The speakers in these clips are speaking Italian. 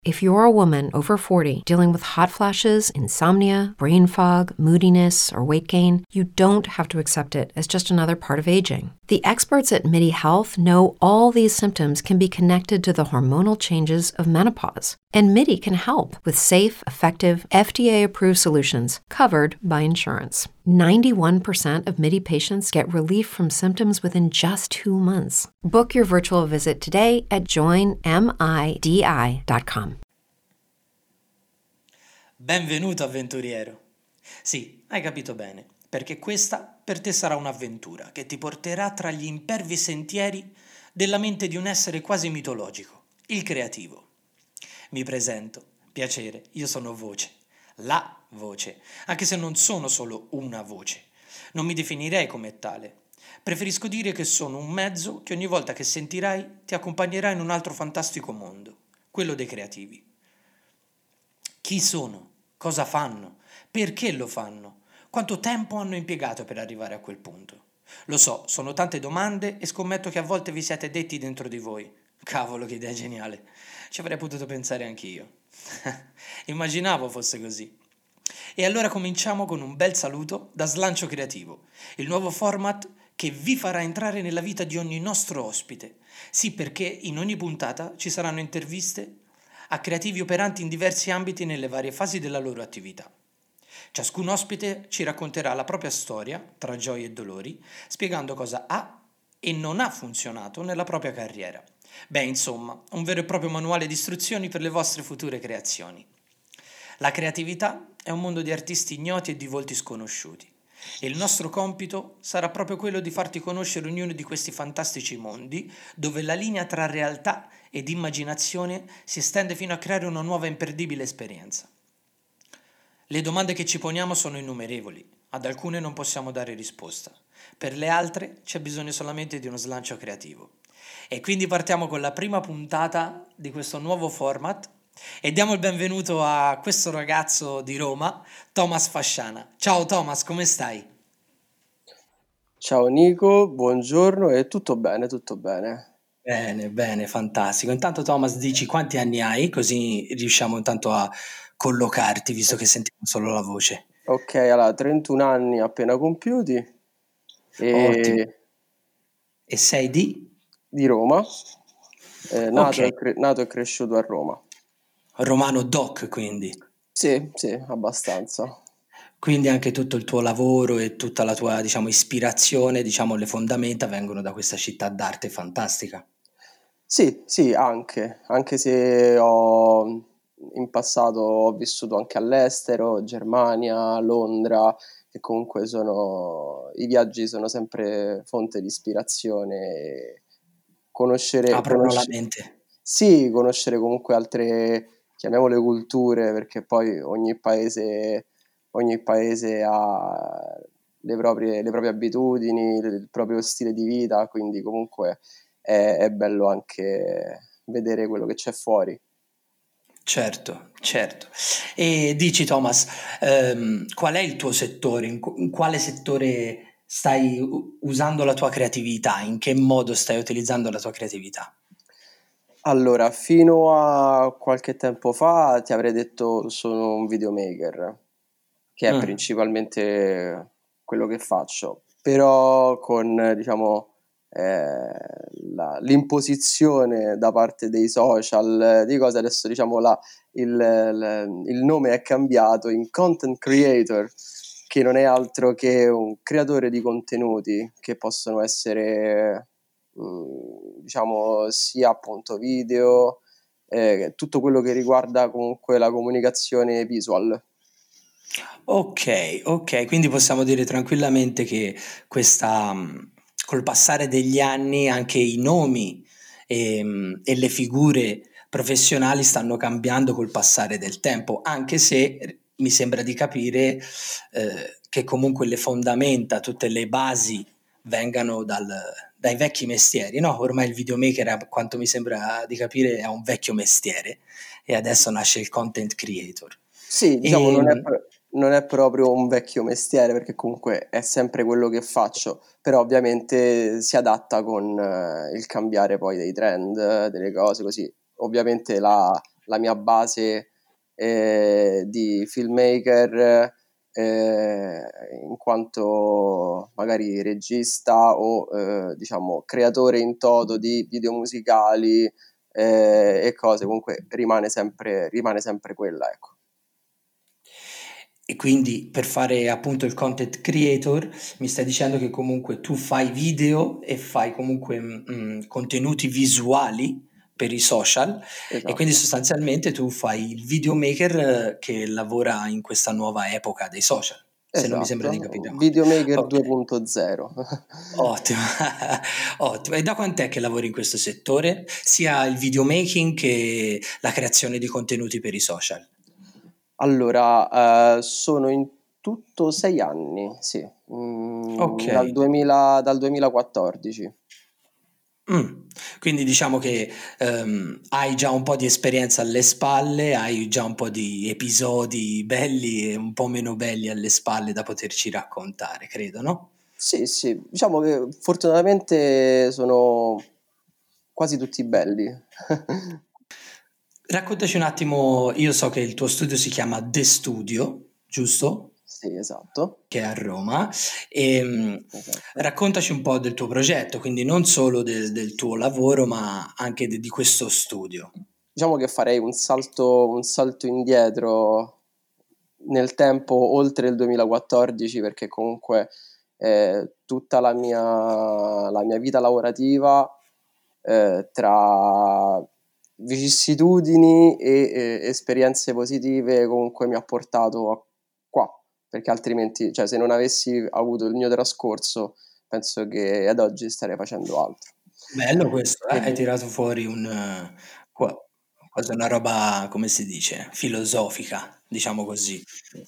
If you're a woman over 40 dealing with hot flashes, insomnia, brain fog, moodiness, or weight gain, you don't have to accept it as just another part of aging. The experts at MIDI Health know all these symptoms can be connected to the hormonal changes of menopause. And MIDI can help with safe, effective, FDA-approved solutions covered by insurance. 91% of MIDI patients get relief from symptoms within just 2 months. Book your virtual visit today at joinmidi.com. Benvenuto avventuriero. Sì, hai capito bene, perché questa per te sarà un'avventura che ti porterà tra gli impervi sentieri della mente di un essere quasi mitologico, il creativo. Mi presento, piacere, io sono Voce, la voce, anche se non sono solo una voce. Non mi definirei come tale. Preferisco dire che sono un mezzo che ogni volta che sentirai ti accompagnerà in un altro fantastico mondo, quello dei creativi. Chi sono? Cosa fanno? Perché lo fanno? Quanto tempo hanno impiegato per arrivare a quel punto? Lo so, sono tante domande e scommetto che a volte vi siete detti dentro di voi. Cavolo, che idea geniale. Ci avrei potuto pensare anch'io. Immaginavo fosse così. E allora cominciamo con un bel saluto da Slancio Creativo, il nuovo format che vi farà entrare nella vita di ogni nostro ospite. Sì, perché in ogni puntata ci saranno interviste a creativi operanti in diversi ambiti nelle varie fasi della loro attività. Ciascun ospite ci racconterà la propria storia, tra gioie e dolori, spiegando cosa ha e non ha funzionato nella propria carriera. Beh, insomma, un vero e proprio manuale di istruzioni per le vostre future creazioni. La creatività è un mondo di artisti ignoti e di volti sconosciuti. E il nostro compito sarà proprio quello di farti conoscere ognuno di questi fantastici mondi, dove la linea tra realtà ed immaginazione si estende fino a creare una nuova e imperdibile esperienza. Le domande che ci poniamo sono innumerevoli, ad alcune non possiamo dare risposta, per le altre c'è bisogno solamente di uno slancio creativo. E quindi partiamo con la prima puntata di questo nuovo format e diamo il benvenuto a questo ragazzo di Roma, Thomas Fasciana. Ciao Thomas, come stai? Ciao Nico, buongiorno e tutto bene, tutto bene. Bene, fantastico. Intanto Thomas, dici quanti anni hai, così riusciamo intanto a collocarti, visto che sentiamo solo la voce. Ok, allora 31 anni appena compiuti Ottimo. e E sei di? di Roma, Ok, nato e cresciuto a Roma. Romano Doc, quindi. Sì, abbastanza. Quindi anche tutto il tuo lavoro e tutta la tua, diciamo, ispirazione, diciamo, le fondamenta vengono da questa città d'arte fantastica. Sì, anche se in passato ho vissuto anche all'estero, Germania, Londra, che comunque i viaggi sono sempre fonte di ispirazione e Aprono la mente. sì, conoscere comunque altre, chiamiamole culture, perché poi ogni paese ha le proprie abitudini, il proprio stile di vita, quindi comunque è bello anche vedere quello che c'è fuori. Certo. E dici, Thomas, qual è il tuo settore? In quale settore stai usando la tua creatività? In che modo stai utilizzando la tua creatività? Allora, fino a qualche tempo fa ti avrei detto sono un videomaker, che è Mm. principalmente quello che faccio, però con, diciamo, l'imposizione da parte dei social di cose, adesso diciamo il nome è cambiato in content creator, che non è altro che un creatore di contenuti che possono essere diciamo sia appunto video, tutto quello che riguarda comunque la comunicazione visual. Ok, quindi possiamo dire tranquillamente che col passare degli anni anche i nomi e le figure professionali stanno cambiando col passare del tempo, anche se mi sembra di capire che comunque le fondamenta, tutte le basi vengano dai vecchi mestieri, no? Ormai il videomaker, a quanto mi sembra di capire, è un vecchio mestiere e adesso nasce il content creator. Sì, diciamo E, non è proprio un vecchio mestiere perché comunque è sempre quello che faccio, però ovviamente si adatta con il cambiare poi dei trend, delle cose così. Ovviamente la la mia base di filmmaker, in quanto magari regista o diciamo creatore in toto di video musicali e cose, comunque rimane sempre quella, ecco. E quindi per fare appunto il content creator mi stai dicendo che comunque tu fai video e fai comunque contenuti visuali per i social, e quindi Esatto. sostanzialmente tu fai il videomaker che lavora in questa nuova epoca dei social, se non mi sembra di Esatto, capire male. videomaker Ok, 2.0. ottimo, ottimo. E da quant'è che lavori in questo settore? Sia il videomaking che la creazione di contenuti per i social? Allora, sono in tutto 6 anni, sì, Ok. dal 2014. Quindi diciamo che hai già un po' di esperienza alle spalle, hai già un po' di episodi belli e un po' meno belli alle spalle da poterci raccontare, credo, no? Sì, sì, diciamo che fortunatamente sono quasi tutti belli. Raccontaci un attimo, io so che il tuo studio si chiama The Studio, giusto? Sì, esatto, Che è a Roma, e esatto. raccontaci un po' del tuo progetto, quindi non solo del tuo lavoro, ma anche di questo studio. Diciamo che farei un salto indietro nel tempo oltre il 2014, perché comunque tutta la mia vita lavorativa, tra vicissitudini e esperienze positive, comunque mi ha portato qua, perché altrimenti, cioè, se non avessi avuto il mio trascorso, penso che ad oggi starei facendo altro. Bello questo, hai E- tirato fuori qua- quasi una roba, come si dice, filosofica, diciamo così.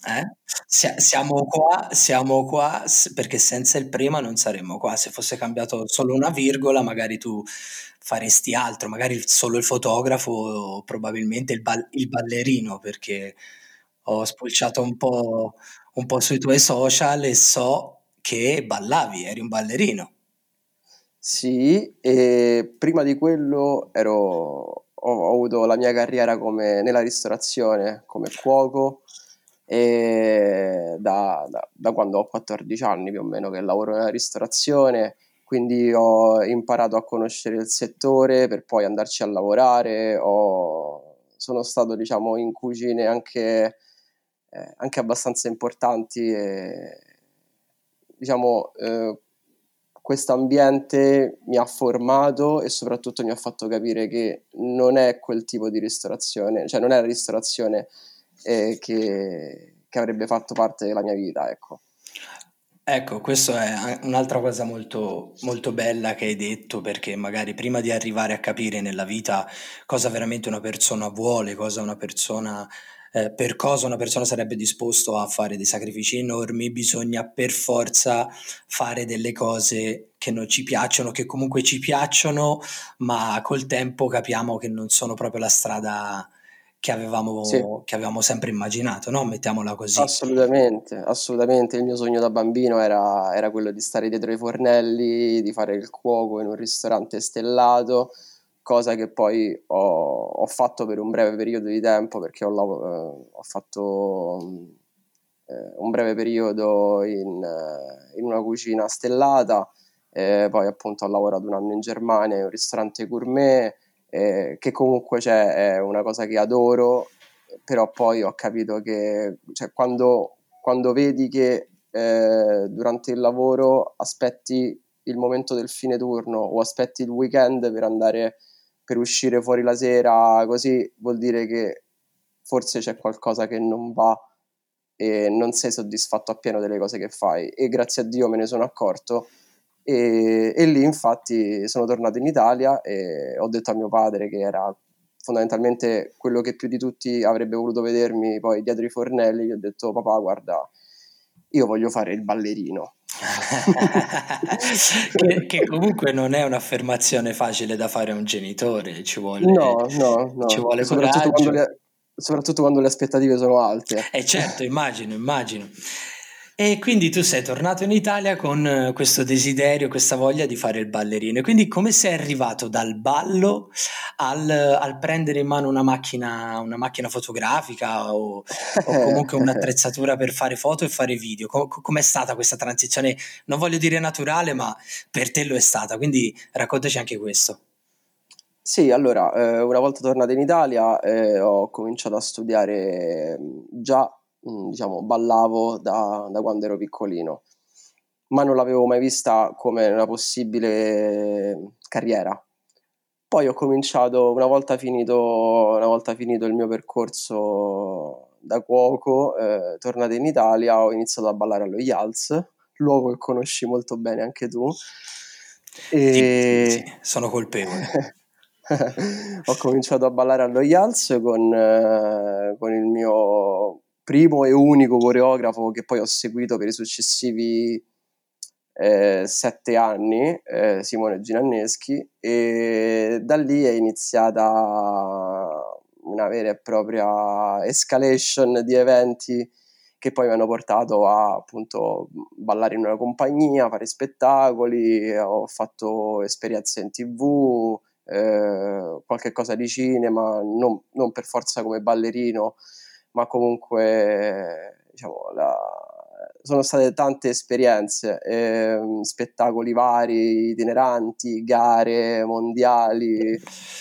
Siamo qua perché senza il prima non saremmo qua. Se fosse cambiato solo una virgola, magari tu faresti altro, magari solo il fotografo o probabilmente il ballerino, perché ho spulciato un po' sui tuoi social e so che ballavi, eri un ballerino. Sì, e prima di quello ho avuto la mia carriera nella ristorazione come cuoco e da quando ho 14 anni più o meno che lavoro nella ristorazione, quindi ho imparato a conoscere il settore per poi andarci a lavorare. Sono stato, diciamo, in cucine anche abbastanza importanti e diciamo questo ambiente mi ha formato e soprattutto mi ha fatto capire che non è quel tipo di ristorazione, cioè non è la ristorazione che avrebbe fatto parte della mia vita, ecco. Ecco, questo è un'altra cosa molto, molto bella che hai detto, perché magari prima di arrivare a capire nella vita cosa veramente una persona vuole, per cosa una persona sarebbe disposto a fare dei sacrifici enormi, bisogna per forza fare delle cose che non ci piacciono, che comunque ci piacciono, ma col tempo capiamo che non sono proprio la strada Sì, che avevamo sempre immaginato, no? Mettiamola così. assolutamente, assolutamente. Il mio sogno da bambino era quello di stare dietro ai fornelli, di fare il cuoco in un ristorante stellato, cosa che poi ho fatto per un breve periodo di tempo perché ho fatto un breve periodo in una cucina stellata, poi appunto ho lavorato un anno in Germania in un ristorante gourmet, che comunque è una cosa che adoro, però poi ho capito che cioè, quando vedi che durante il lavoro aspetti il momento del fine turno o aspetti il weekend per uscire fuori la sera, così vuol dire che forse c'è qualcosa che non va e non sei soddisfatto appieno delle cose che fai, e grazie a Dio me ne sono accorto e lì infatti sono tornato in Italia e ho detto a mio padre, che era fondamentalmente quello che più di tutti avrebbe voluto vedermi poi dietro i fornelli, gli ho detto: papà, guarda, io voglio fare il ballerino. Che comunque non è un'affermazione facile da fare a un genitore, No, no, ci no, vuole coraggio. soprattutto quando le aspettative sono alte. Certo, immagino, immagino. E quindi tu sei tornato in Italia con questo desiderio, questa voglia di fare il ballerino. E quindi come sei arrivato dal ballo al prendere in mano una macchina fotografica o comunque un'attrezzatura per fare foto e fare video? Com'è stata questa transizione? Non voglio dire naturale, ma per te lo è stata. Quindi raccontaci anche questo. Sì, allora, una volta tornato in Italia, ho cominciato a studiare, già, diciamo, ballavo da quando ero piccolino, ma non l'avevo mai vista come una possibile carriera. Poi ho cominciato, una volta finito il mio percorso da cuoco, tornato in Italia, ho iniziato a ballare allo Yals, luogo che conosci molto bene anche tu. Sì, sì, sì, E sono colpevole. ho cominciato a ballare allo Yals con il mio primo e unico coreografo che poi ho seguito per i successivi 7 anni, Simone Ginanneschi, e da lì è iniziata una vera e propria escalation di eventi che poi mi hanno portato a appunto ballare in una compagnia, fare spettacoli, ho fatto esperienze in TV, qualche cosa di cinema, non per forza come ballerino, ma comunque diciamo sono state tante esperienze, spettacoli vari, itineranti, gare mondiali,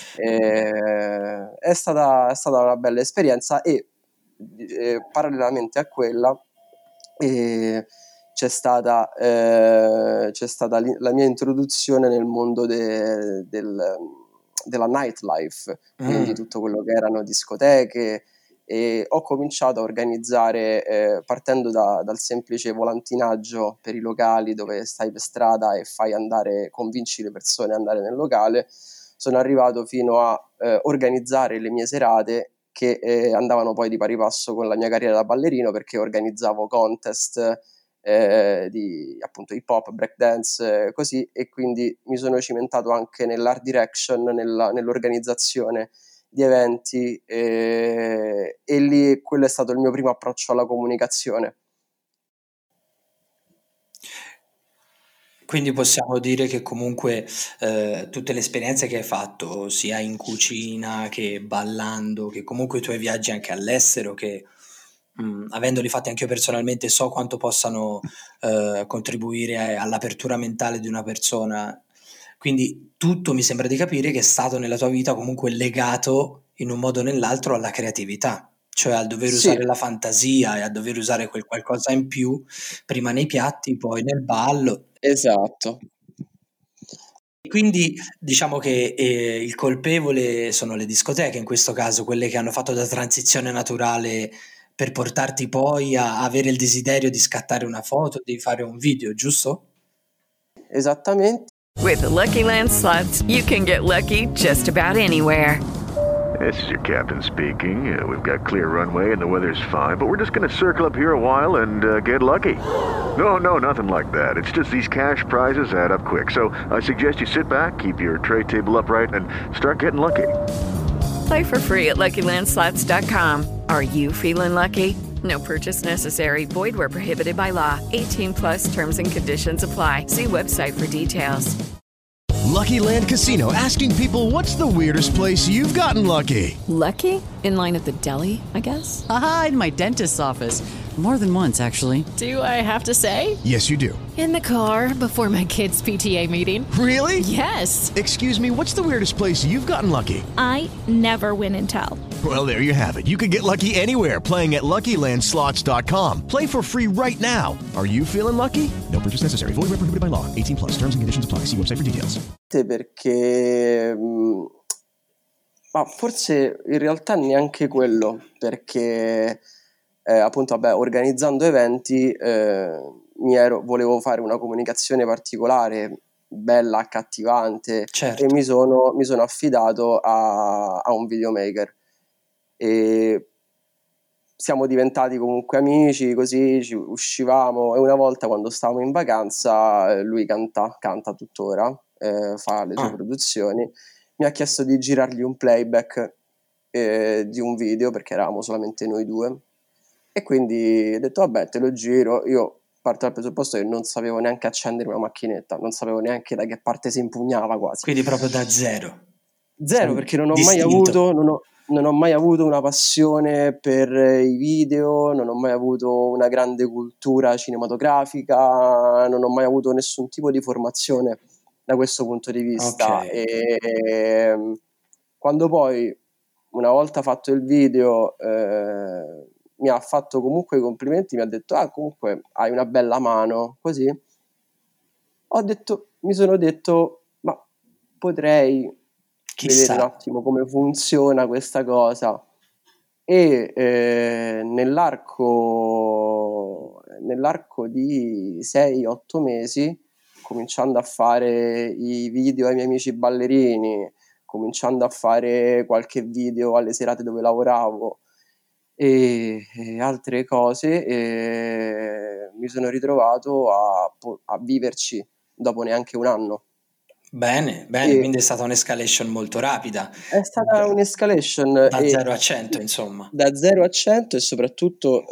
è stata una bella esperienza e parallelamente a quella eh, c'è stata la mia introduzione nel mondo della nightlife, quindi tutto quello che erano discoteche, e ho cominciato a organizzare, partendo dal semplice volantinaggio per i locali dove stai per strada e convinci le persone ad andare nel locale. Sono arrivato fino a organizzare le mie serate che andavano poi di pari passo con la mia carriera da ballerino, perché organizzavo contest di appunto hip hop, break dance, così, e quindi mi sono cimentato anche nell'art direction, nell'organizzazione di eventi, e lì quello è stato il mio primo approccio alla comunicazione. Quindi possiamo dire che comunque tutte le esperienze che hai fatto, sia in cucina che ballando, che comunque i tuoi viaggi anche all'estero, che avendoli fatti anche io personalmente, so quanto possano contribuire all'apertura mentale di una persona. Quindi tutto mi sembra di capire che è stato nella tua vita comunque legato in un modo o nell'altro alla creatività, cioè al dover Sì, usare la fantasia e a dover usare quel qualcosa in più, prima nei piatti, poi nel ballo. esatto. Quindi diciamo che il colpevole sono le discoteche, in questo caso, quelle che hanno fatto da transizione naturale per portarti poi a avere il desiderio di scattare una foto, di fare un video, giusto? Esattamente. With the Lucky Land Slots, you can get lucky just about anywhere. This is your captain speaking. We've got clear runway and the weather's fine, but we're just going to circle up here a while and get lucky. No, nothing like that. It's just these cash prizes add up quick. So I suggest you sit back, keep your tray table upright, and start getting lucky. Play for free at LuckyLandSlots.com. Are you feeling lucky? No purchase necessary. Void where prohibited by law. 18 plus terms and conditions apply. See website for details. Lucky Land Casino, asking people, what's the weirdest place you've gotten lucky? Lucky? In line at the deli, I guess? Aha, in my dentist's office. More than once, actually. Do I have to say? Yes, you do. In the car before my kids' PTA meeting. Really? Yes. Excuse me, what's the weirdest place you've gotten lucky? I never win and tell. Well, there you have it. You can get lucky anywhere, playing at LuckyLandSlots.com. Play for free right now. Are you feeling lucky? No purchase necessary. Void where prohibited by law. 18 plus. Terms and conditions apply. See website for details. Perché ma forse in realtà neanche quello, perché appunto, vabbè, organizzando eventi, volevo fare una comunicazione particolare, bella, accattivante, Certo. e mi sono affidato a un videomaker, e siamo diventati comunque amici, così uscivamo, e una volta, quando stavamo in vacanza, lui canta tuttora, fa le sue produzioni, mi ha chiesto di girargli un playback di un video, perché eravamo solamente noi due, e quindi ho detto vabbè, te lo giro. Io parto dal presupposto che non sapevo neanche accendere una macchinetta, non sapevo neanche da che parte si impugnava quasi. Quindi proprio da zero. Zero, perché non ho Distinto. mai avuto una passione per i video, non ho mai avuto una grande cultura cinematografica, non ho mai avuto nessun tipo di formazione da questo punto di vista. Ok. E quando poi, una volta fatto il video, mi ha fatto comunque i complimenti, mi ha detto comunque hai una bella mano, così mi sono detto, ma potrei vedere un Chissà. attimo come funziona questa cosa. E nell'arco di 6-8 mesi, cominciando a fare i video ai miei amici ballerini, cominciando a fare qualche video alle serate dove lavoravo e altre cose, mi sono ritrovato a viverci dopo neanche un anno. Bene, E quindi è stata un'escalation molto rapida. è stata un'escalation Da 0 a 100, insomma. da 0 a 100 e soprattutto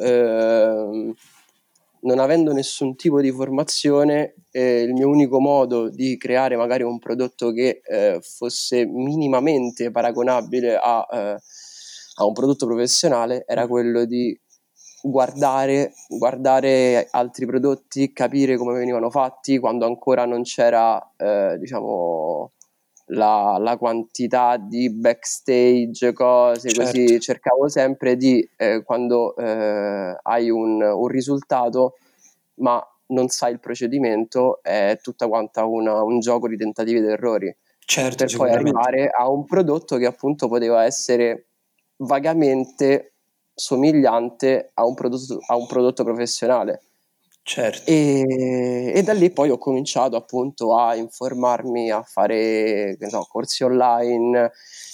non avendo nessun tipo di formazione, il mio unico modo di creare magari un prodotto che fosse minimamente paragonabile a un prodotto professionale era quello di guardare altri prodotti, capire come venivano fatti quando ancora non c'era diciamo la quantità di backstage, cose così. Certo. Cercavo sempre di quando hai un risultato ma non sai il procedimento, è tutta quanta un gioco di tentativi ed errori, Certo, per poi sicuramente. arrivare a un prodotto che appunto poteva essere vagamente somigliante a un prodotto professionale. Certo. E da lì poi ho cominciato appunto a informarmi, a fare corsi online,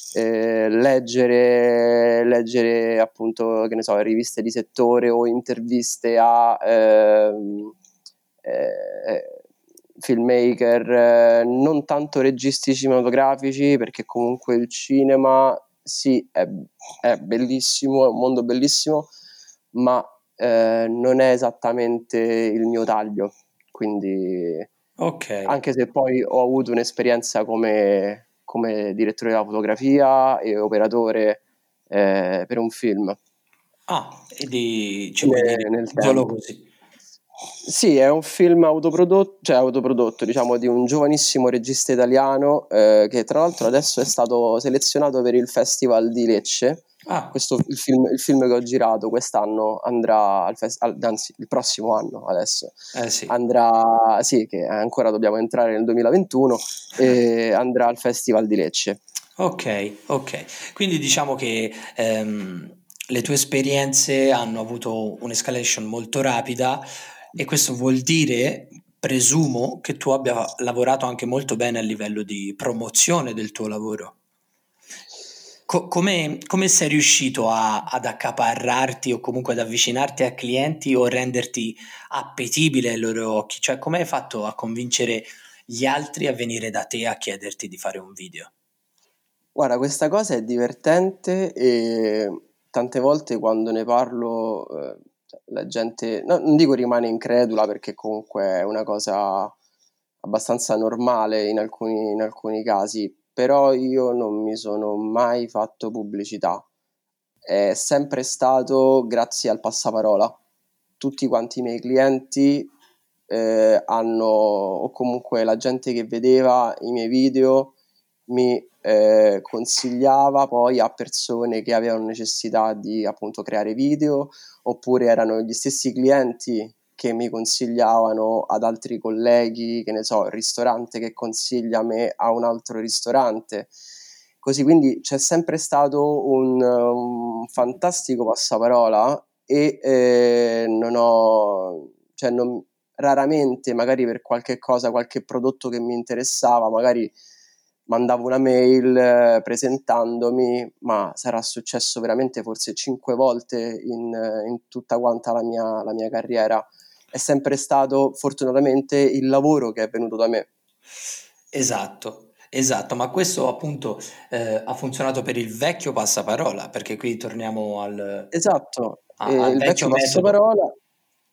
leggere appunto riviste di settore o interviste a filmmaker, non tanto registi cinematografici, perché comunque il cinema sì è bellissimo, è un mondo bellissimo, ma non è esattamente il mio taglio, quindi anche se poi ho avuto un'esperienza come direttore della fotografia e operatore per un film. Ci puoi dire Nel solo tempo. così. Sì, è un film autoprodotto, diciamo, di un giovanissimo regista italiano che tra l'altro adesso è stato selezionato per il Festival di Lecce. Il film che ho girato quest'anno andrà anzi il prossimo anno adesso andrà, sì, che ancora dobbiamo entrare nel 2021, e andrà al Festival di Lecce. Ok, quindi diciamo che le tue esperienze hanno avuto un'escalation molto rapida e questo vuol dire, presumo, che tu abbia lavorato anche molto bene a livello di promozione del tuo lavoro. Come sei riuscito ad accaparrarti o comunque ad avvicinarti a clienti o renderti appetibile ai loro occhi? Cioè, come hai fatto a convincere gli altri a venire da te a chiederti di fare un video? Guarda, questa cosa è divertente e tante volte quando ne parlo la gente, non dico rimane incredula, perché comunque è una cosa abbastanza normale in alcuni casi, però io non mi sono mai fatto pubblicità, è sempre stato grazie al passaparola. Tutti quanti i miei clienti o comunque la gente che vedeva i miei video mi consigliava poi a persone che avevano necessità di appunto creare video, oppure erano gli stessi clienti che mi consigliavano ad altri colleghi, che ne so, il ristorante che consiglia me a un altro ristorante. Così, quindi c'è sempre stato un fantastico passaparola e raramente, magari per qualche cosa, qualche prodotto che mi interessava, magari mandavo una mail presentandomi, ma sarà successo veramente forse 5 volte in tutta quanta la mia carriera. È sempre stato fortunatamente il lavoro che è venuto da me. Esatto, ma questo appunto ha funzionato per il vecchio passaparola, perché qui torniamo al Esatto, al il vecchio vecchio metodo. passaparola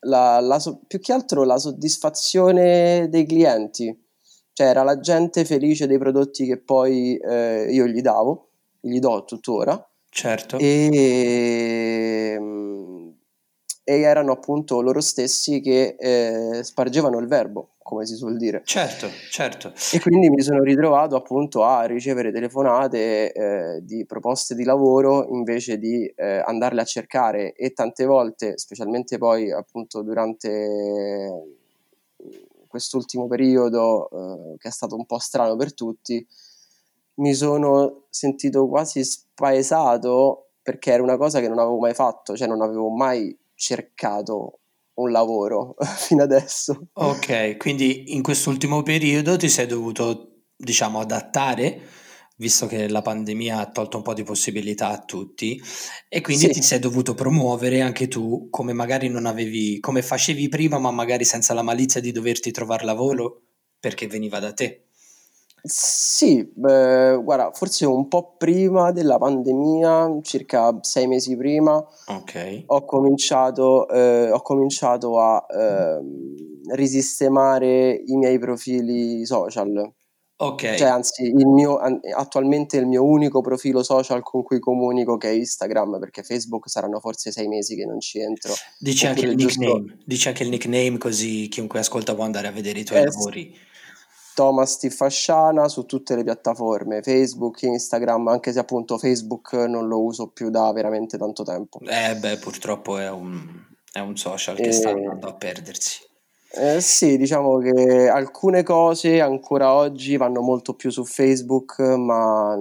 più che altro la soddisfazione dei clienti, cioè era la gente felice dei prodotti che poi io gli do tuttora, Certo. e erano appunto loro stessi che spargevano il verbo, come si suol dire. Certo. E quindi mi sono ritrovato appunto a ricevere telefonate di proposte di lavoro invece di andarle a cercare, e tante volte, specialmente poi appunto durante quest'ultimo periodo che è stato un po' strano per tutti, mi sono sentito quasi spaesato, perché era una cosa che non avevo mai fatto, cioè non avevo mai cercato un lavoro fino adesso. Ok, quindi in quest'ultimo periodo ti sei dovuto, diciamo, adattare, visto che la pandemia ha tolto un po' di possibilità a tutti, e quindi Sì. ti sei dovuto promuovere anche tu, come magari non avevi, come facevi prima, ma magari senza la malizia di doverti trovare lavoro perché veniva da te. Sì, guarda, forse un po' prima della pandemia, circa 6 mesi prima, Ok. ho cominciato a risistemare i miei profili social. Ok, Cioè, anzi, attualmente il mio unico profilo social con cui comunico, che è Instagram, perché Facebook saranno forse 6 mesi che non ci entro, oppure giusto dici anche il nickname così chiunque ascolta può andare a vedere i tuoi è lavori. Thomas T. Fasciana su tutte le piattaforme, Facebook, Instagram, anche se appunto Facebook non lo uso più da veramente tanto tempo. Beh, purtroppo è un social che sta E, andando a perdersi. sì, diciamo che alcune cose ancora oggi vanno molto più su Facebook, ma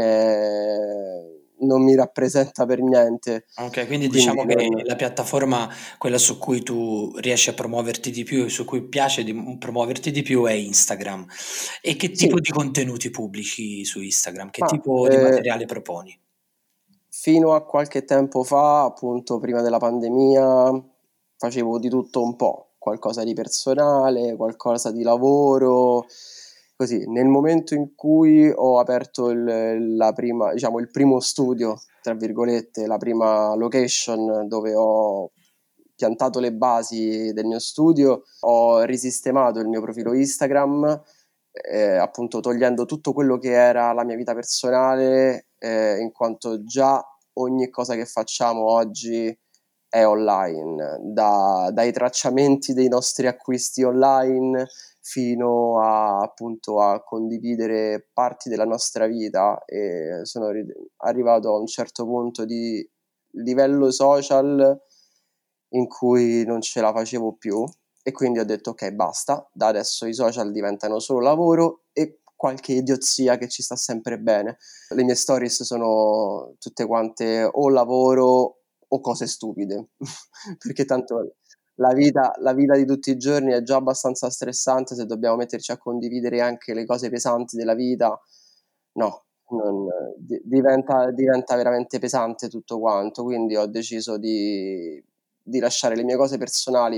non mi rappresenta per niente, Ok, quindi quindi diciamo che non... la piattaforma, quella su cui tu riesci a promuoverti di più e su cui piace promuoverti di più è Instagram. E che tipo Sì, di contenuti pubblici su Instagram? Che ma tipo di materiale proponi? fino a qualche tempo fa, appunto prima della pandemia, facevo di tutto un po', qualcosa di personale, qualcosa di lavoro, così. Nel momento in cui ho aperto diciamo, il primo studio, tra virgolette, la prima location dove ho piantato le basi del mio studio, ho risistemato il mio profilo Instagram, appunto togliendo tutto quello che era la mia vita personale, in quanto già ogni cosa che facciamo oggi è online, dai tracciamenti dei nostri acquisti online fino a appunto a condividere parti della nostra vita, e sono arrivato a un certo punto di livello social in cui non ce la facevo più, e quindi ho detto ok, basta, da adesso i social diventano solo lavoro e qualche idiozia che ci sta sempre bene. Le mie stories sono tutte quante o lavoro o cose stupide, perché tanto la vita di tutti i giorni è già abbastanza stressante, se dobbiamo metterci a condividere anche le cose pesanti della vita, no, diventa veramente pesante tutto quanto, quindi ho deciso di lasciare le mie cose personali,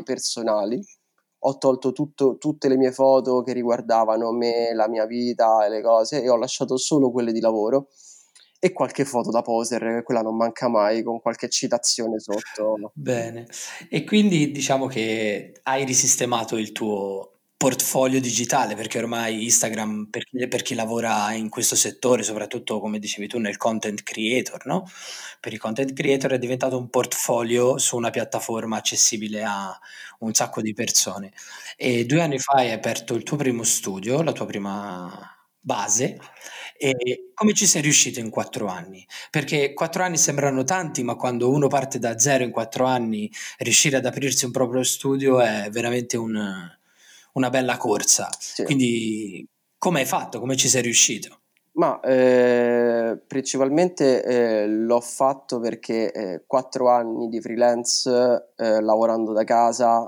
ho tolto tutte le mie foto che riguardavano me, la mia vita e le cose, e ho lasciato solo quelle di lavoro e qualche foto da poser, quella non manca mai, con qualche citazione sotto. Bene, e quindi diciamo che hai risistemato il tuo portfolio digitale, perché ormai Instagram, per chi lavora in questo settore, soprattutto come dicevi tu nel content creator, no? Per i content creator è diventato un portfolio su una piattaforma accessibile a un sacco di persone. E 2 anni fa hai aperto il tuo primo studio, la tua prima base, e come ci sei riuscito in 4 anni? Perché 4 anni sembrano tanti, ma quando uno parte da zero in 4 anni, riuscire ad aprirsi un proprio studio è veramente una bella corsa. Sì. Quindi, come hai fatto? Come ci sei riuscito? Ma principalmente l'ho fatto perché 4 anni di freelance lavorando da casa,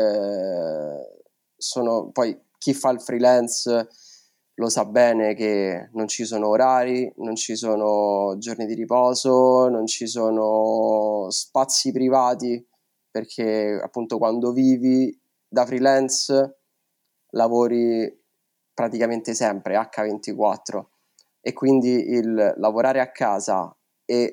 poi chi fa il freelance lo sa bene che non ci sono orari, non ci sono giorni di riposo, non ci sono spazi privati, perché appunto quando vivi da freelance lavori praticamente sempre H24, e quindi il lavorare a casa e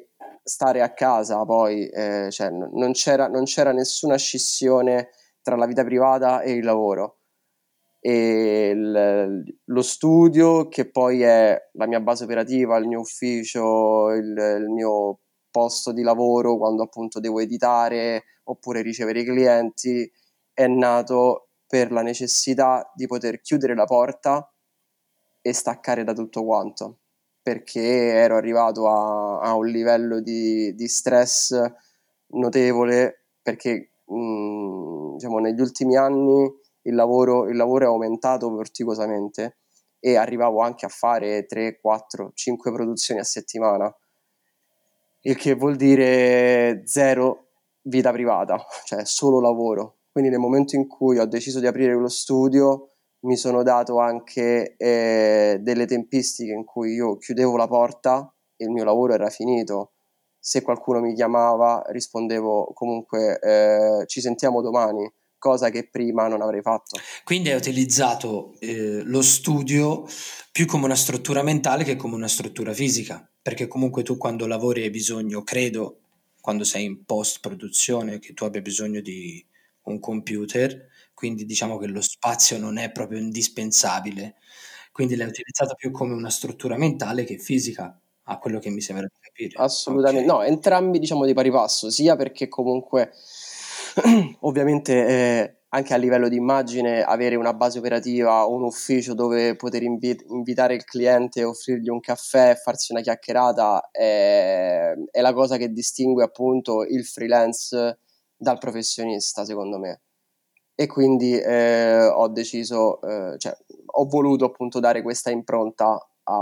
stare a casa poi, cioè, non c'era nessuna scissione tra la vita privata e il lavoro. E lo studio, che poi è la mia base operativa, il mio ufficio, il mio posto di lavoro quando appunto devo editare oppure ricevere i clienti, è nato per la necessità di poter chiudere la porta e staccare da tutto quanto, perché ero arrivato a un livello di stress notevole, perché diciamo negli ultimi anni il lavoro è aumentato vertigosamente e arrivavo anche a fare 3, 4, 5 produzioni a settimana, il che vuol dire zero vita privata, cioè solo lavoro. Quindi nel momento in cui ho deciso di aprire lo studio mi sono dato anche delle tempistiche in cui io chiudevo la porta e il mio lavoro era finito. Se qualcuno mi chiamava rispondevo comunque ci sentiamo domani, cosa che prima non avrei fatto. Quindi hai utilizzato lo studio più come una struttura mentale che come una struttura fisica, perché comunque tu quando lavori hai bisogno, credo, quando sei in post-produzione, che tu abbia bisogno di un computer, quindi diciamo che lo spazio non è proprio indispensabile, quindi l'hai utilizzato più come una struttura mentale che fisica, a quello che mi sembra di capire. Assolutamente, Ok. no, entrambi diciamo di pari passo, sia perché comunque ovviamente anche a livello di immagine avere una base operativa, un ufficio dove poter invitare il cliente, offrirgli un caffè, farsi una chiacchierata è la cosa che distingue appunto il freelance dal professionista, secondo me. E quindi ho deciso, cioè ho voluto appunto dare questa impronta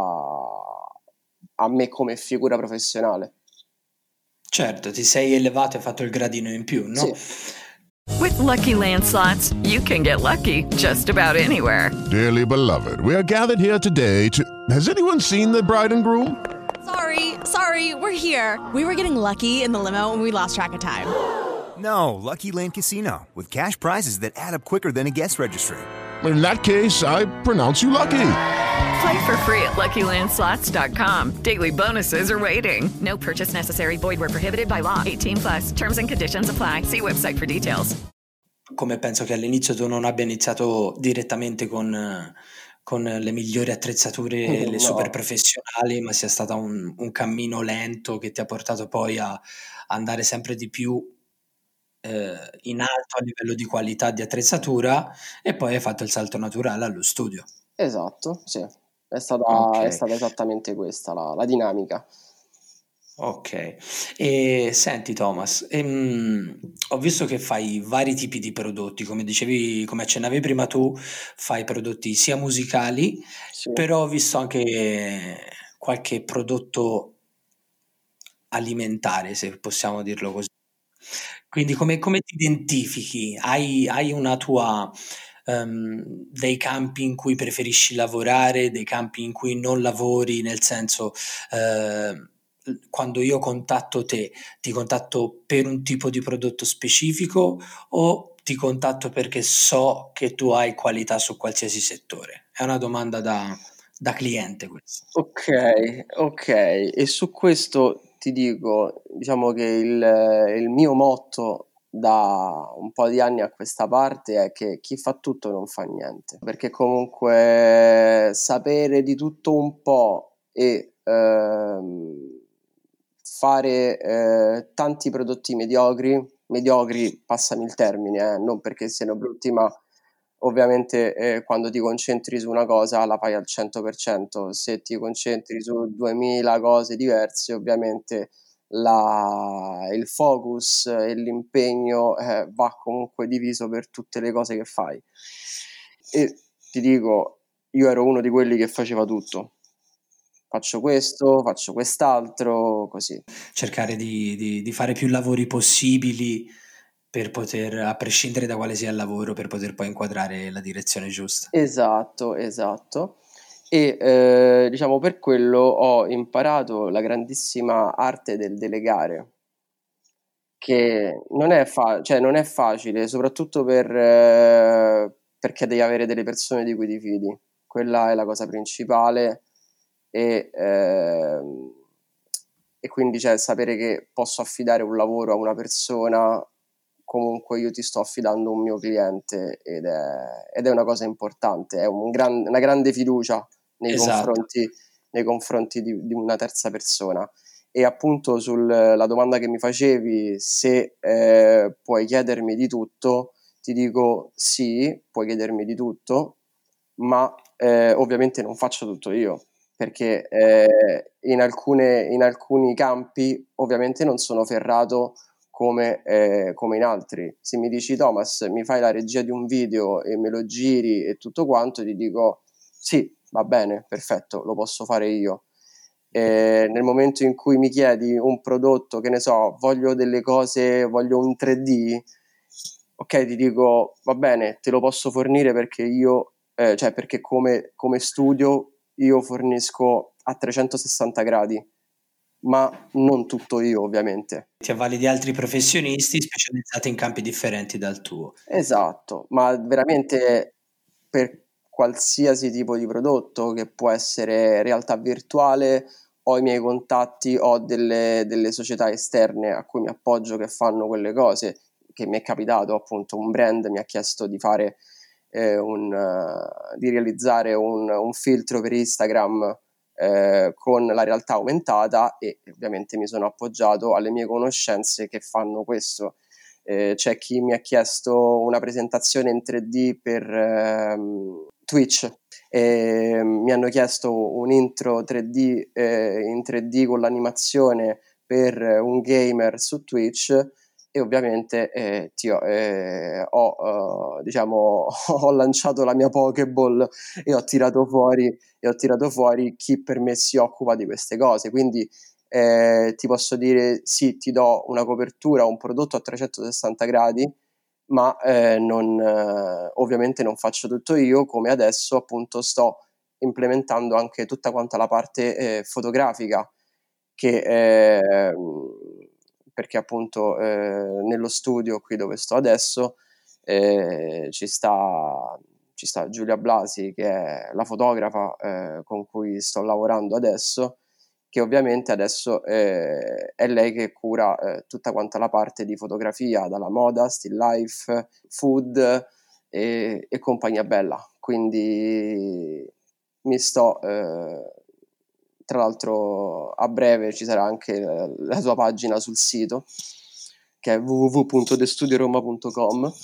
a me come figura professionale. Certo, ti sei elevato e hai fatto il gradino in più, no? Sì. With Lucky Land Slots, you can get lucky just about anywhere. Dearly beloved, we are gathered here today to... Has anyone seen the bride and groom? Sorry, we're here. We were getting lucky in the limo and we lost track of time. No, Lucky Land Casino, with cash prizes that add up quicker than a guest registry. In that case, I pronounce you lucky. Play for free at LuckyLandSlots.com. Daily bonuses are waiting. No purchase necessary. Void where prohibited by law. 18+. Terms and conditions apply. See website for details. Come penso che all'inizio tu non abbia iniziato direttamente con le migliori attrezzature, le super professionali, ma sia stato un cammino lento che ti ha portato poi a andare sempre di più in alto a livello di qualità di attrezzatura, e poi hai fatto il salto naturale allo studio. Esatto, sì. È stata esattamente questa la dinamica. Ok, e senti Thomas, ho visto che fai vari tipi di prodotti, come dicevi, come accennavi prima tu, fai prodotti sia musicali, Sì. però ho visto anche qualche prodotto alimentare, se possiamo dirlo così. Quindi come ti identifichi? Hai una tua dei campi in cui preferisci lavorare, dei campi in cui non lavori, nel senso quando io contatto te, ti contatto per un tipo di prodotto specifico o ti contatto perché so che tu hai qualità su qualsiasi settore? È una domanda da cliente questa. Ok, e su questo ti dico, diciamo che il mio motto da un po' di anni a questa parte è che chi fa tutto non fa niente, perché comunque sapere di tutto un po' e fare tanti prodotti mediocri, passami il termine, non perché siano brutti, ma ovviamente quando ti concentri su una cosa la fai al 100%, se ti concentri su 2000 cose diverse ovviamente il focus e l'impegno va comunque diviso per tutte le cose che fai. E ti dico, io ero uno di quelli che faceva tutto. Faccio questo, faccio quest'altro, così. Cercare di fare più lavori possibili per poter, a prescindere da quale sia il lavoro, per poter poi inquadrare la direzione giusta. Esatto. E diciamo per quello ho imparato la grandissima arte del delegare, che non è facile, soprattutto perché devi avere delle persone di cui ti fidi. Quella è la cosa principale e e quindi sapere che posso affidare un lavoro a una persona, comunque io ti sto affidando un mio cliente, ed è una cosa importante, è una grande fiducia nei confronti di una terza persona. E appunto sulla domanda che mi facevi, se puoi chiedermi di tutto, ti dico sì, puoi chiedermi di tutto, ma ovviamente non faccio tutto io, perché in alcuni campi ovviamente non sono ferrato come in altri. Se mi dici Thomas, mi fai la regia di un video e me lo giri e tutto quanto, ti dico sì, va bene, perfetto, lo posso fare io. Nel momento in cui mi chiedi un prodotto, che ne so, voglio delle cose, voglio un 3D, ok, ti dico va bene, te lo posso fornire perché io perché come studio io fornisco a 360 gradi, ma non tutto io, ovviamente. Ti avvali di altri professionisti specializzati in campi differenti dal tuo. Esatto, ma veramente per qualsiasi tipo di prodotto, che può essere realtà virtuale, ho i miei contatti, ho delle società esterne a cui mi appoggio che fanno quelle cose, che mi è capitato appunto, un brand mi ha chiesto di fare di realizzare un filtro per Instagram con la realtà aumentata, e ovviamente mi sono appoggiato alle mie conoscenze che fanno questo. C'è chi mi ha chiesto una presentazione in 3D per Twitch, mi hanno chiesto un intro 3D in 3D con l'animazione per un gamer su Twitch, e ovviamente ho lanciato la mia Pokéball e ho tirato fuori chi per me si occupa di queste cose. Quindi ti posso dire sì, ti do una copertura, un prodotto a 360 gradi, ma ovviamente non faccio tutto io, come adesso appunto sto implementando anche tutta quanta la parte fotografica, che perché appunto nello studio qui dove sto adesso ci sta Giulia Blasi, che è la fotografa con cui sto lavorando adesso, che ovviamente adesso è lei che cura tutta quanta la parte di fotografia, dalla moda, still life, food e compagnia bella. Quindi mi sto tra l'altro a breve ci sarà anche la sua pagina sul sito, che è www.destudioroma.com,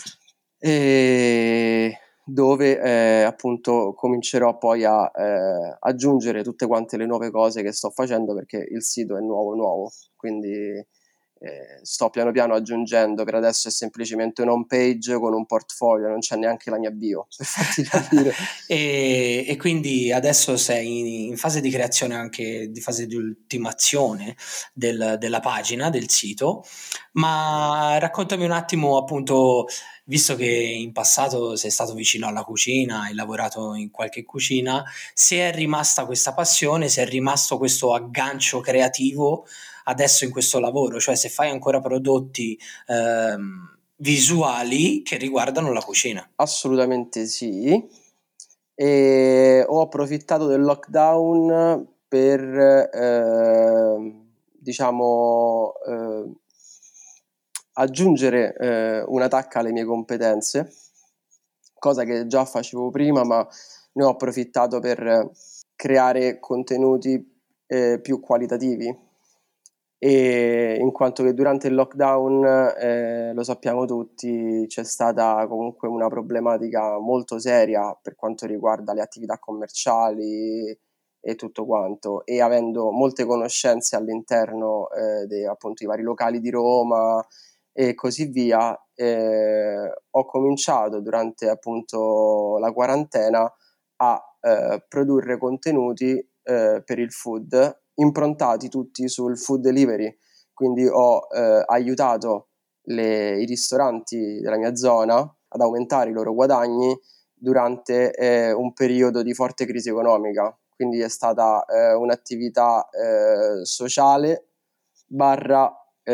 e dove appunto comincerò poi a aggiungere tutte quante le nuove cose che sto facendo, perché il sito è nuovo, quindi sto piano piano aggiungendo. Per adesso è semplicemente un home page con un portfolio, non c'è neanche la mia bio, per farti capire. E quindi adesso sei in fase di creazione, anche di fase di ultimazione della pagina, del sito, ma raccontami un attimo, appunto, visto che in passato sei stato vicino alla cucina, hai lavorato in qualche cucina, se è rimasta questa passione, se è rimasto questo aggancio creativo adesso in questo lavoro, cioè se fai ancora prodotti visuali che riguardano la cucina. Assolutamente sì, e ho approfittato del lockdown per aggiungere una tacca alle mie competenze, cosa che già facevo prima, ma ne ho approfittato per creare contenuti più qualitativi. E in quanto che durante il lockdown, lo sappiamo tutti, c'è stata comunque una problematica molto seria per quanto riguarda le attività commerciali e tutto quanto, e avendo molte conoscenze all'interno appunto i vari locali di Roma e così via, ho cominciato durante appunto la quarantena a produrre contenuti per il food, improntati tutti sul food delivery. Quindi ho aiutato i ristoranti della mia zona ad aumentare i loro guadagni durante un periodo di forte crisi economica. Quindi è stata un'attività sociale barra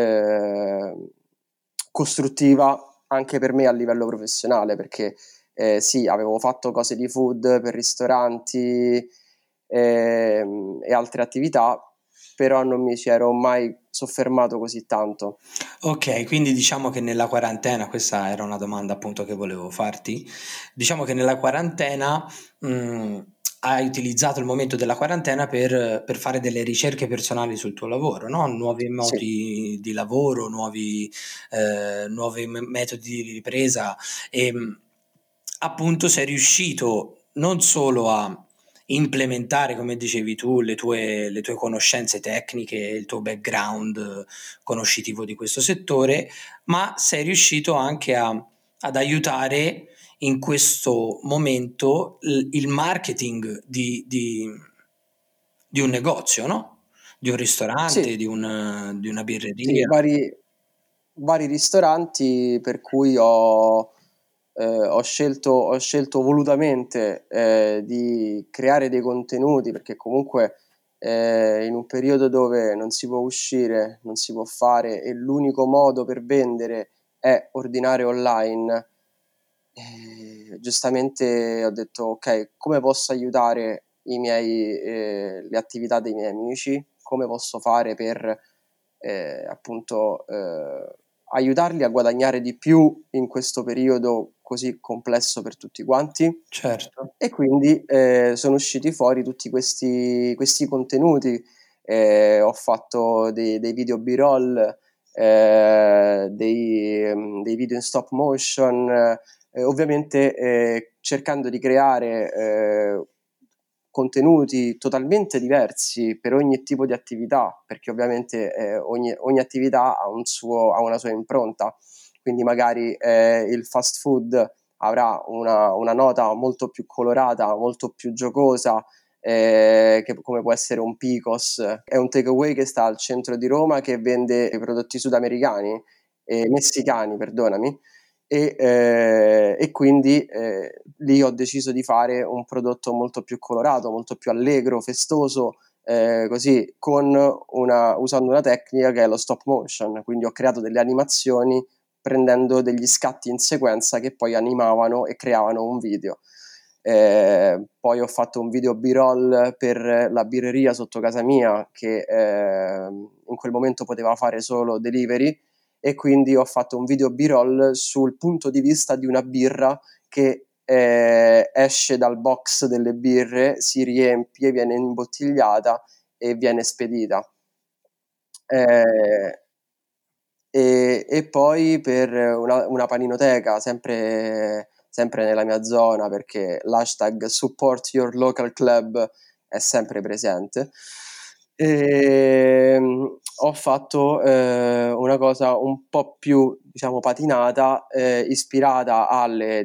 costruttiva anche per me a livello professionale, perché sì, avevo fatto cose di food per ristoranti e altre attività, però non mi ci ero mai soffermato così tanto. Ok, quindi diciamo che nella quarantena, questa era una domanda appunto che volevo farti, diciamo che nella quarantena hai utilizzato il momento della quarantena per fare delle ricerche personali sul tuo lavoro, no? Nuovi modi di lavoro, nuovi metodi di ripresa e appunto sei riuscito non solo a implementare, come dicevi tu, le tue conoscenze tecniche, il tuo background conoscitivo di questo settore, ma sei riuscito anche ad aiutare in questo momento il marketing di un negozio, no? Di un ristorante, di una Sì, birreria. vari ristoranti per cui ho scelto volutamente di creare dei contenuti, perché comunque in un periodo dove non si può uscire, non si può fare e l'unico modo per vendere è ordinare online, giustamente ho detto ok, come posso aiutare le attività dei miei amici, come posso fare per appunto aiutarli a guadagnare di più in questo periodo così complesso per tutti quanti. Certo. E quindi sono usciti fuori tutti questi contenuti. Ho fatto dei video B-roll, dei video in stop motion, ovviamente cercando di creare contenuti totalmente diversi per ogni tipo di attività, perché ovviamente ogni attività ha una sua impronta. Quindi magari il fast food avrà una nota molto più colorata, molto più giocosa, come può essere un Picos. È un takeaway che sta al centro di Roma, che vende i prodotti sudamericani, messicani, perdonami, e quindi lì ho deciso di fare un prodotto molto più colorato, molto più allegro, festoso, così, usando una tecnica che è lo stop motion. Quindi ho creato delle animazioni prendendo degli scatti in sequenza che poi animavano e creavano un video. Poi ho fatto un video B-roll per la birreria sotto casa mia, che in quel momento poteva fare solo delivery, e quindi ho fatto un video B-roll sul punto di vista di una birra che esce dal box delle birre, si riempie, viene imbottigliata e viene spedita. E poi per una paninoteca, sempre nella mia zona, perché l'hashtag support your local club è sempre presente. Ho fatto una cosa un po' più, diciamo, patinata, ispirata alle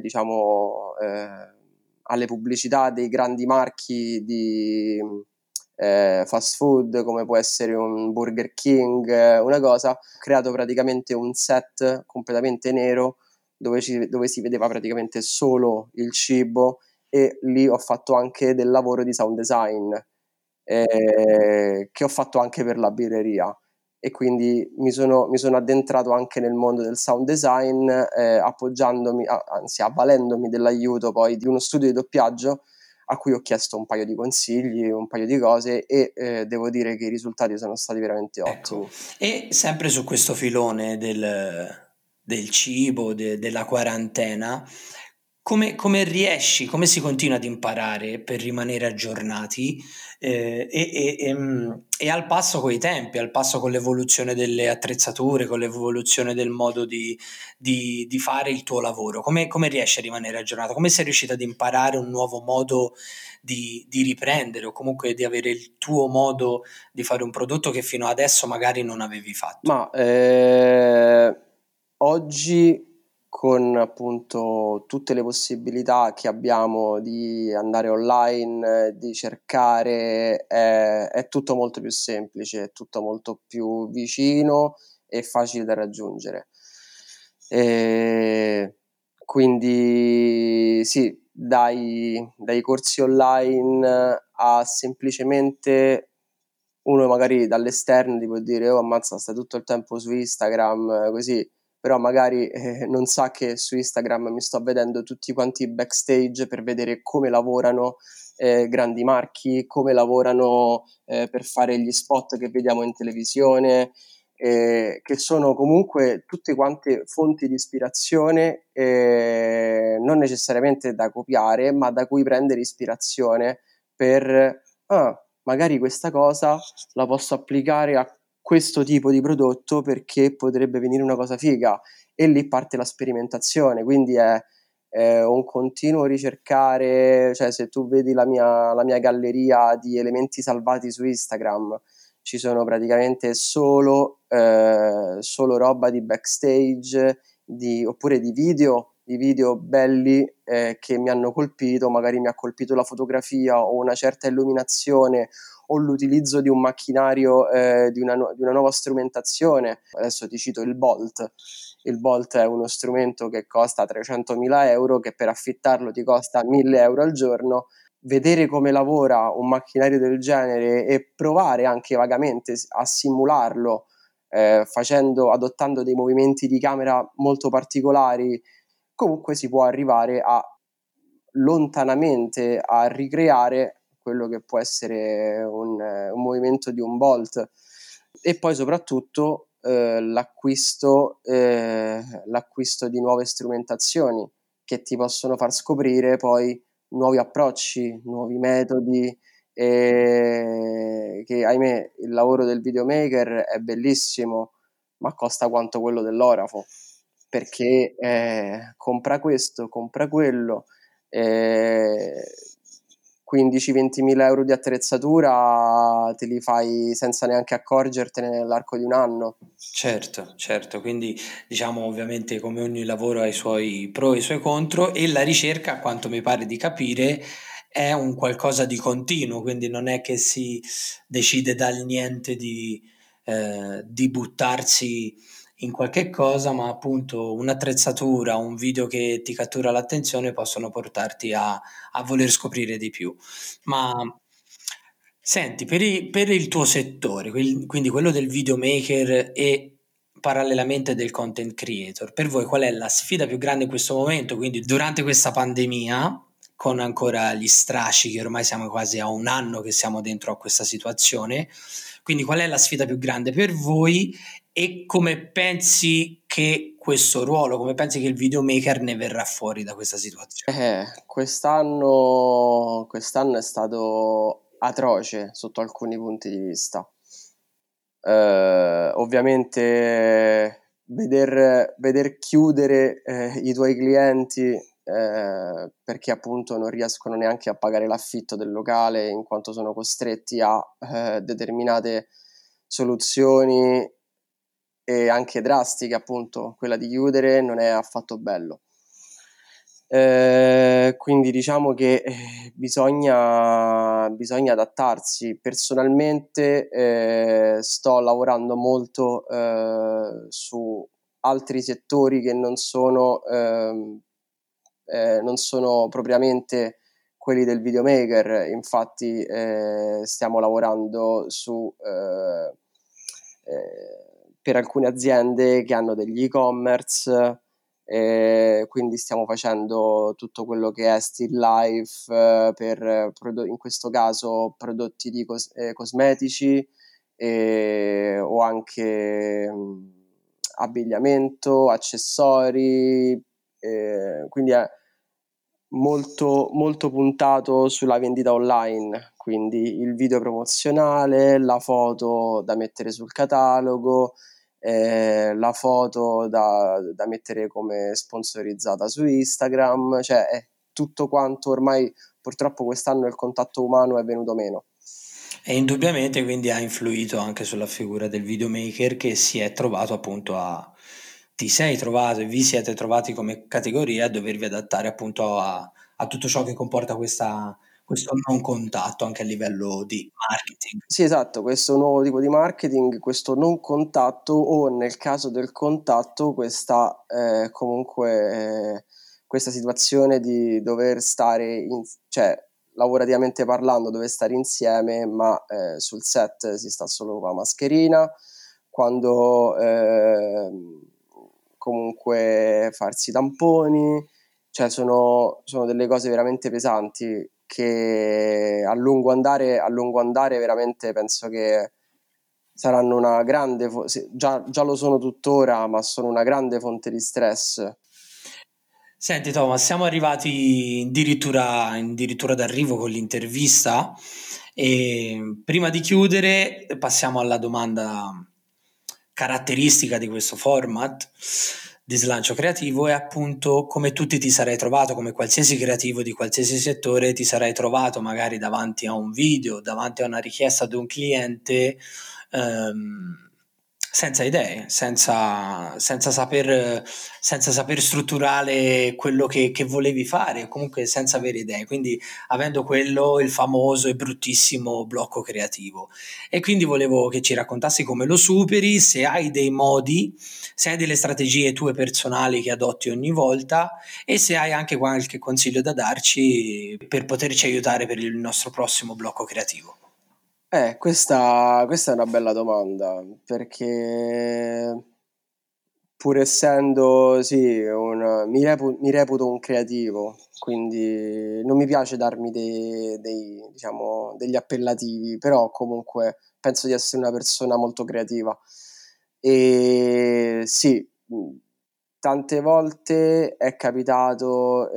pubblicità dei grandi marchi di fast food, come può essere un Burger King, una cosa. Ho creato praticamente un set completamente nero dove si vedeva praticamente solo il cibo, e lì ho fatto anche del lavoro di sound design che ho fatto anche per la birreria, e quindi mi sono addentrato anche nel mondo del sound design, avvalendomi dell'aiuto poi di uno studio di doppiaggio a cui ho chiesto un paio di consigli, un paio di cose, e devo dire che i risultati sono stati veramente ottimi. Ecco. E sempre su questo filone del cibo, della quarantena, come riesci, come si continua ad imparare per rimanere aggiornati e al passo coi tempi, al passo con l'evoluzione delle attrezzature, con l'evoluzione del modo di fare il tuo lavoro? Come riesci a rimanere aggiornato? Come sei riuscito ad imparare un nuovo modo di riprendere, o comunque di avere il tuo modo di fare un prodotto che fino adesso magari non avevi fatto? Ma oggi, con appunto tutte le possibilità che abbiamo di andare online, di cercare, è tutto molto più semplice, è tutto molto più vicino e facile da raggiungere. Quindi sì, dai corsi online a semplicemente uno magari dall'esterno ti può dire oh ammazza, stai tutto il tempo su Instagram, così, però magari non sa che su Instagram mi sto vedendo tutti quanti i backstage per vedere come lavorano grandi marchi, come lavorano per fare gli spot che vediamo in televisione, che sono comunque tutte quante fonti di ispirazione, non necessariamente da copiare, ma da cui prendere ispirazione per magari questa cosa la posso applicare a questo tipo di prodotto perché potrebbe venire una cosa figa, e lì parte la sperimentazione. Quindi è un continuo ricercare, cioè se tu vedi la mia galleria di elementi salvati su Instagram, ci sono praticamente solo roba di backstage, oppure di video belli che mi hanno colpito. Magari mi ha colpito la fotografia o una certa illuminazione o l'utilizzo di un macchinario, di una nuova strumentazione. Adesso ti cito il Bolt. Il Bolt è uno strumento che costa 300.000 euro, che per affittarlo ti costa 1.000 euro al giorno. Vedere come lavora un macchinario del genere e provare anche vagamente a simularlo, adottando dei movimenti di camera molto particolari, comunque si può arrivare lontanamente a ricreare quello che può essere un movimento di un Bolt. E poi soprattutto l'acquisto di nuove strumentazioni che ti possono far scoprire poi nuovi approcci, nuovi metodi, che ahimè il lavoro del videomaker è bellissimo, ma costa quanto quello dell'orafo, perché compra questo, compra quello, 15-20.000 euro di attrezzatura te li fai senza neanche accorgertene nell'arco di un anno. Certo, quindi diciamo ovviamente come ogni lavoro ha i suoi pro e i suoi contro, e la ricerca, a quanto mi pare di capire, è un qualcosa di continuo, quindi non è che si decide dal niente di buttarsi in qualche cosa, ma appunto un'attrezzatura, un video che ti cattura l'attenzione possono portarti a voler scoprire di più. Ma senti, per il tuo settore, quindi quello del videomaker e parallelamente del content creator, per voi qual è la sfida più grande in questo momento? Quindi durante questa pandemia, con ancora gli strascichi, ormai siamo quasi a un anno che siamo dentro a questa situazione, quindi qual è la sfida più grande per voi e come pensi che questo ruolo, come pensi che il videomaker ne verrà fuori da questa situazione? Quest'anno è stato atroce sotto alcuni punti di vista. Ovviamente veder chiudere i tuoi clienti perché appunto non riescono neanche a pagare l'affitto del locale, in quanto sono costretti a determinate soluzioni, e anche drastiche, appunto quella di chiudere, non è affatto bello. Quindi diciamo che bisogna adattarsi. Personalmente sto lavorando molto su altri settori che non sono propriamente quelli del videomaker. Infatti stiamo lavorando per alcune aziende che hanno degli e-commerce, quindi stiamo facendo tutto quello che è still life per in questo caso prodotti di cosmetici, o anche abbigliamento, accessori, quindi è molto molto puntato sulla vendita online, quindi il video promozionale, la foto da mettere sul catalogo, la foto da mettere come sponsorizzata su Instagram, cioè è tutto quanto. Ormai purtroppo quest'anno il contatto umano è venuto meno. E indubbiamente quindi ha influito anche sulla figura del videomaker, che si è trovato appunto ti sei trovato e vi siete trovati come categoria a dovervi adattare appunto a tutto ciò che comporta questo non contatto anche a livello di marketing. Sì, esatto, questo nuovo tipo di marketing, questo non contatto, o nel caso del contatto questa questa situazione di dover stare cioè lavorativamente parlando, dover stare insieme, ma sul set si sta solo con la mascherina, quando comunque farsi i tamponi, cioè sono delle cose veramente pesanti. che a lungo andare veramente penso che saranno una grande, già lo sono tuttora, ma sono una grande fonte di stress. Senti Thomas, siamo arrivati addirittura d'arrivo con l'intervista e prima di chiudere passiamo alla domanda caratteristica di questo format di slancio creativo, e appunto come tutti ti sarai trovato, come qualsiasi creativo di qualsiasi settore ti sarai trovato magari davanti a un video, davanti a una richiesta di un cliente, senza idee, senza saper strutturare quello che volevi fare, o comunque senza avere idee, quindi avendo quello, il famoso e bruttissimo blocco creativo. E quindi volevo che ci raccontassi come lo superi, se hai dei modi, se hai delle strategie tue personali che adotti ogni volta, e se hai anche qualche consiglio da darci per poterci aiutare per il nostro prossimo blocco creativo. Questa è una bella domanda, perché pur essendo mi reputo un creativo, quindi non mi piace darmi degli appellativi, però comunque penso di essere una persona molto creativa. E sì, tante volte è capitato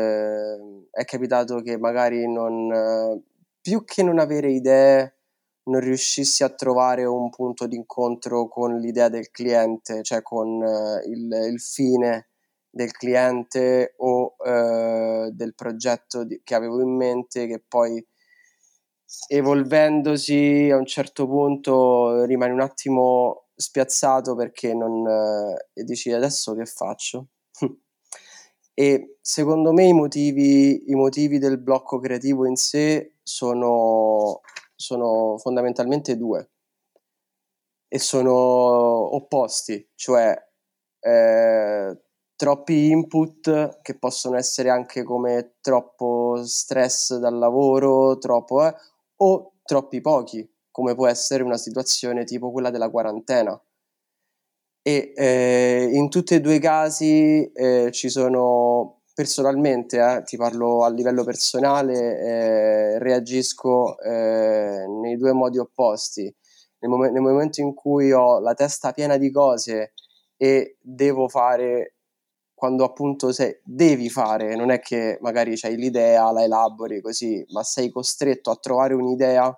che magari più che non avere idee, non riuscissi a trovare un punto d'incontro con l'idea del cliente, cioè con il fine del cliente o del progetto che avevo in mente, che poi evolvendosi a un certo punto rimani un attimo spiazzato perché e dici adesso che faccio? E secondo me i motivi del blocco creativo in sé sono fondamentalmente due e sono opposti, cioè troppi input che possono essere anche come troppo stress dal lavoro, o troppi pochi, come può essere una situazione tipo quella della quarantena. E in tutti e due i casi ci sono, personalmente, ti parlo a livello personale, reagisco nei due modi opposti. Nel momento in cui ho la testa piena di cose e devo fare, quando appunto devi fare, non è che magari c'hai l'idea, la elabori così, ma sei costretto a trovare un'idea,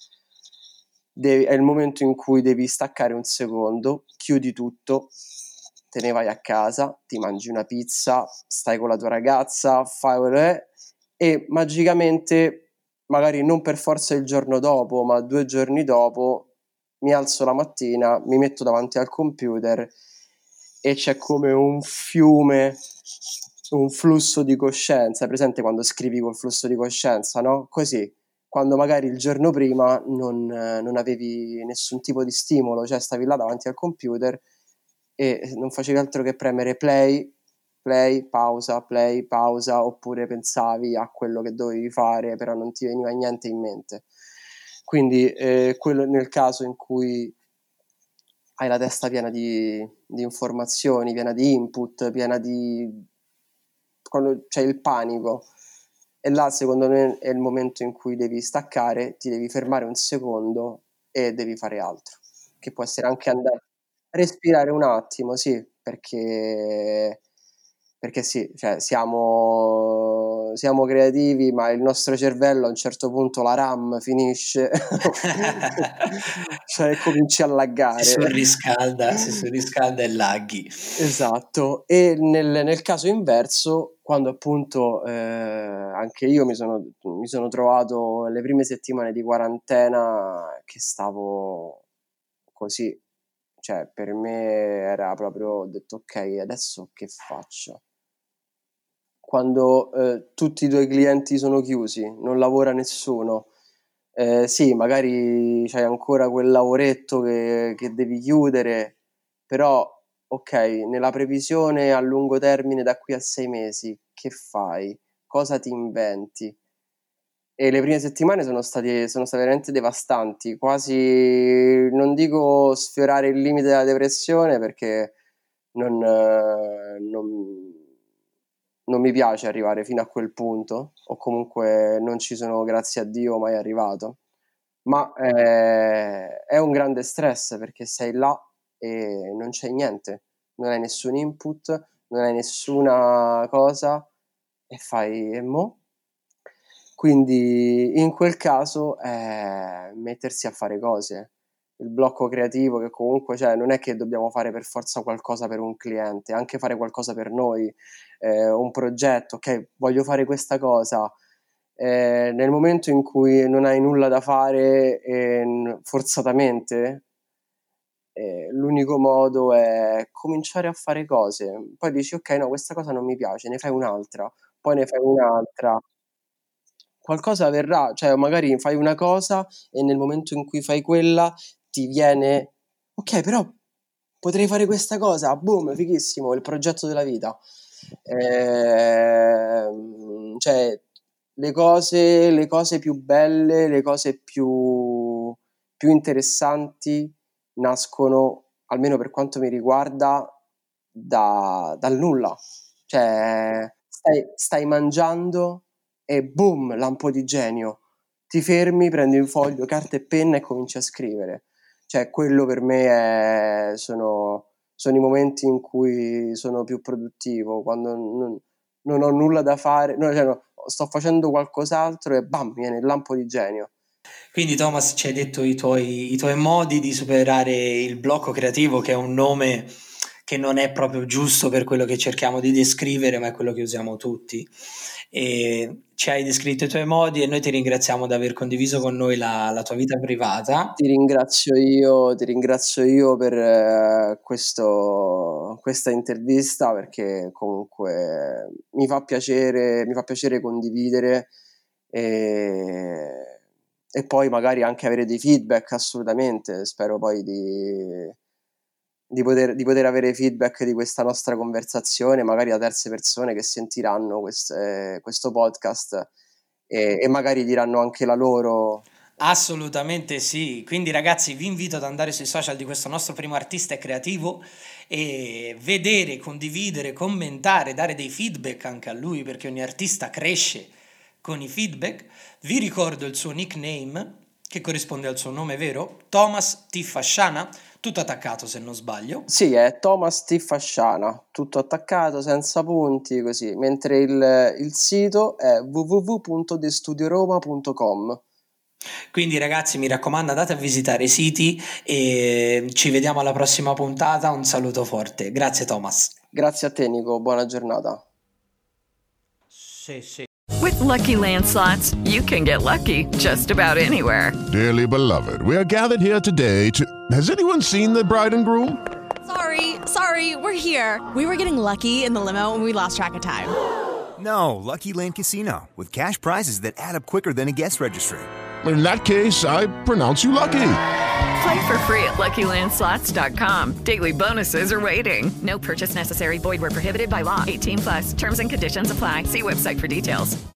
è il momento in cui devi staccare un secondo, chiudi tutto, te ne vai a casa, ti mangi una pizza, stai con la tua ragazza, e magicamente, magari non per forza il giorno dopo, ma 2 giorni dopo, mi alzo la mattina, mi metto davanti al computer e c'è come un fiume, un flusso di coscienza. È presente quando scrivi col flusso di coscienza, no? Così. Quando magari il giorno prima non avevi nessun tipo di stimolo, cioè stavi là davanti al computer e non facevi altro che premere play, pausa, oppure pensavi a quello che dovevi fare, però non ti veniva niente in mente. Quindi quello nel caso in cui hai la testa piena di informazioni, piena di input, quando c'è il panico. E là secondo me è il momento in cui devi staccare, ti devi fermare un secondo e devi fare altro, che può essere anche andare a respirare un attimo, sì, perché sì, cioè siamo creativi, ma il nostro cervello a un certo punto la RAM finisce, cioè cominci a laggare. Si surriscalda e laghi. Esatto, e nel caso inverso, quando appunto anche io mi sono trovato le prime settimane di quarantena che stavo così, cioè per me era proprio, ho detto ok, adesso che faccio? Quando tutti i tuoi clienti sono chiusi, non lavora nessuno, sì, magari c'hai ancora quel lavoretto che devi chiudere, però ok, nella previsione a lungo termine da qui a 6 mesi, che fai? Cosa ti inventi? E le prime settimane sono state veramente devastanti, quasi, non dico sfiorare il limite della depressione, perché non non mi piace arrivare fino a quel punto, o comunque non ci sono, grazie a Dio, mai arrivato, ma è un grande stress perché sei là e non c'è niente, non hai nessun input, non hai nessuna cosa e fai e mo? Quindi in quel caso mettersi a fare cose. Il blocco creativo, che comunque non è che dobbiamo fare per forza qualcosa per un cliente, anche fare qualcosa per noi, un progetto, ok, voglio fare questa cosa, nel momento in cui non hai nulla da fare forzatamente, l'unico modo è cominciare a fare cose, poi dici ok, no, questa cosa non mi piace, ne fai un'altra, poi ne fai un'altra, qualcosa verrà, magari fai una cosa e nel momento in cui fai quella ti viene ok, però potrei fare questa cosa, boom, fighissimo, il progetto della vita. Le cose più belle, le cose più interessanti nascono, almeno per quanto mi riguarda, dal nulla. Stai mangiando e boom, lampo di genio, ti fermi, prendi un foglio, carta e penna e cominci a scrivere. Quello per me sono i momenti in cui sono più produttivo, quando non ho nulla da fare, sto facendo qualcos'altro e bam, viene il lampo di genio. Quindi Thomas, ci hai detto i tuoi modi di superare il blocco creativo, che è un nome che non è proprio giusto per quello che cerchiamo di descrivere, ma è quello che usiamo tutti. E ci hai descritto i tuoi modi e noi ti ringraziamo di aver condiviso con noi la tua vita privata. Ti ringrazio io per questa intervista, perché comunque mi fa piacere condividere e poi magari anche avere dei feedback. Assolutamente, spero poi di poter avere feedback di questa nostra conversazione, magari da terze persone che sentiranno questo podcast e magari diranno anche la loro. Assolutamente sì, quindi ragazzi vi invito ad andare sui social di questo nostro primo artista e creativo e vedere, condividere, commentare, dare dei feedback anche a lui, perché ogni artista cresce con i feedback. Vi ricordo il suo nickname, che corrisponde al suo nome vero, Thomas T. Fasciana, tutto attaccato se non sbaglio. Sì, è Thomas T. Fasciana, tutto attaccato, senza punti, così, mentre il sito è www.destudioroma.com. Quindi ragazzi, mi raccomando, andate a visitare i siti e ci vediamo alla prossima puntata. Un saluto forte. Grazie Thomas. Grazie a te Nico, buona giornata. Sì. With Lucky Land Slots, you can get lucky just about anywhere. Dearly beloved, we are gathered here today to... Has anyone seen the bride and groom? Sorry, we're here. We were getting lucky in the limo and we lost track of time. No, Lucky Land Casino, with cash prizes that add up quicker than a guest registry. In that case, I pronounce you lucky. Play for free at LuckyLandSlots.com. Daily bonuses are waiting. No purchase necessary. Void where prohibited by law. 18+. Terms and conditions apply. See website for details.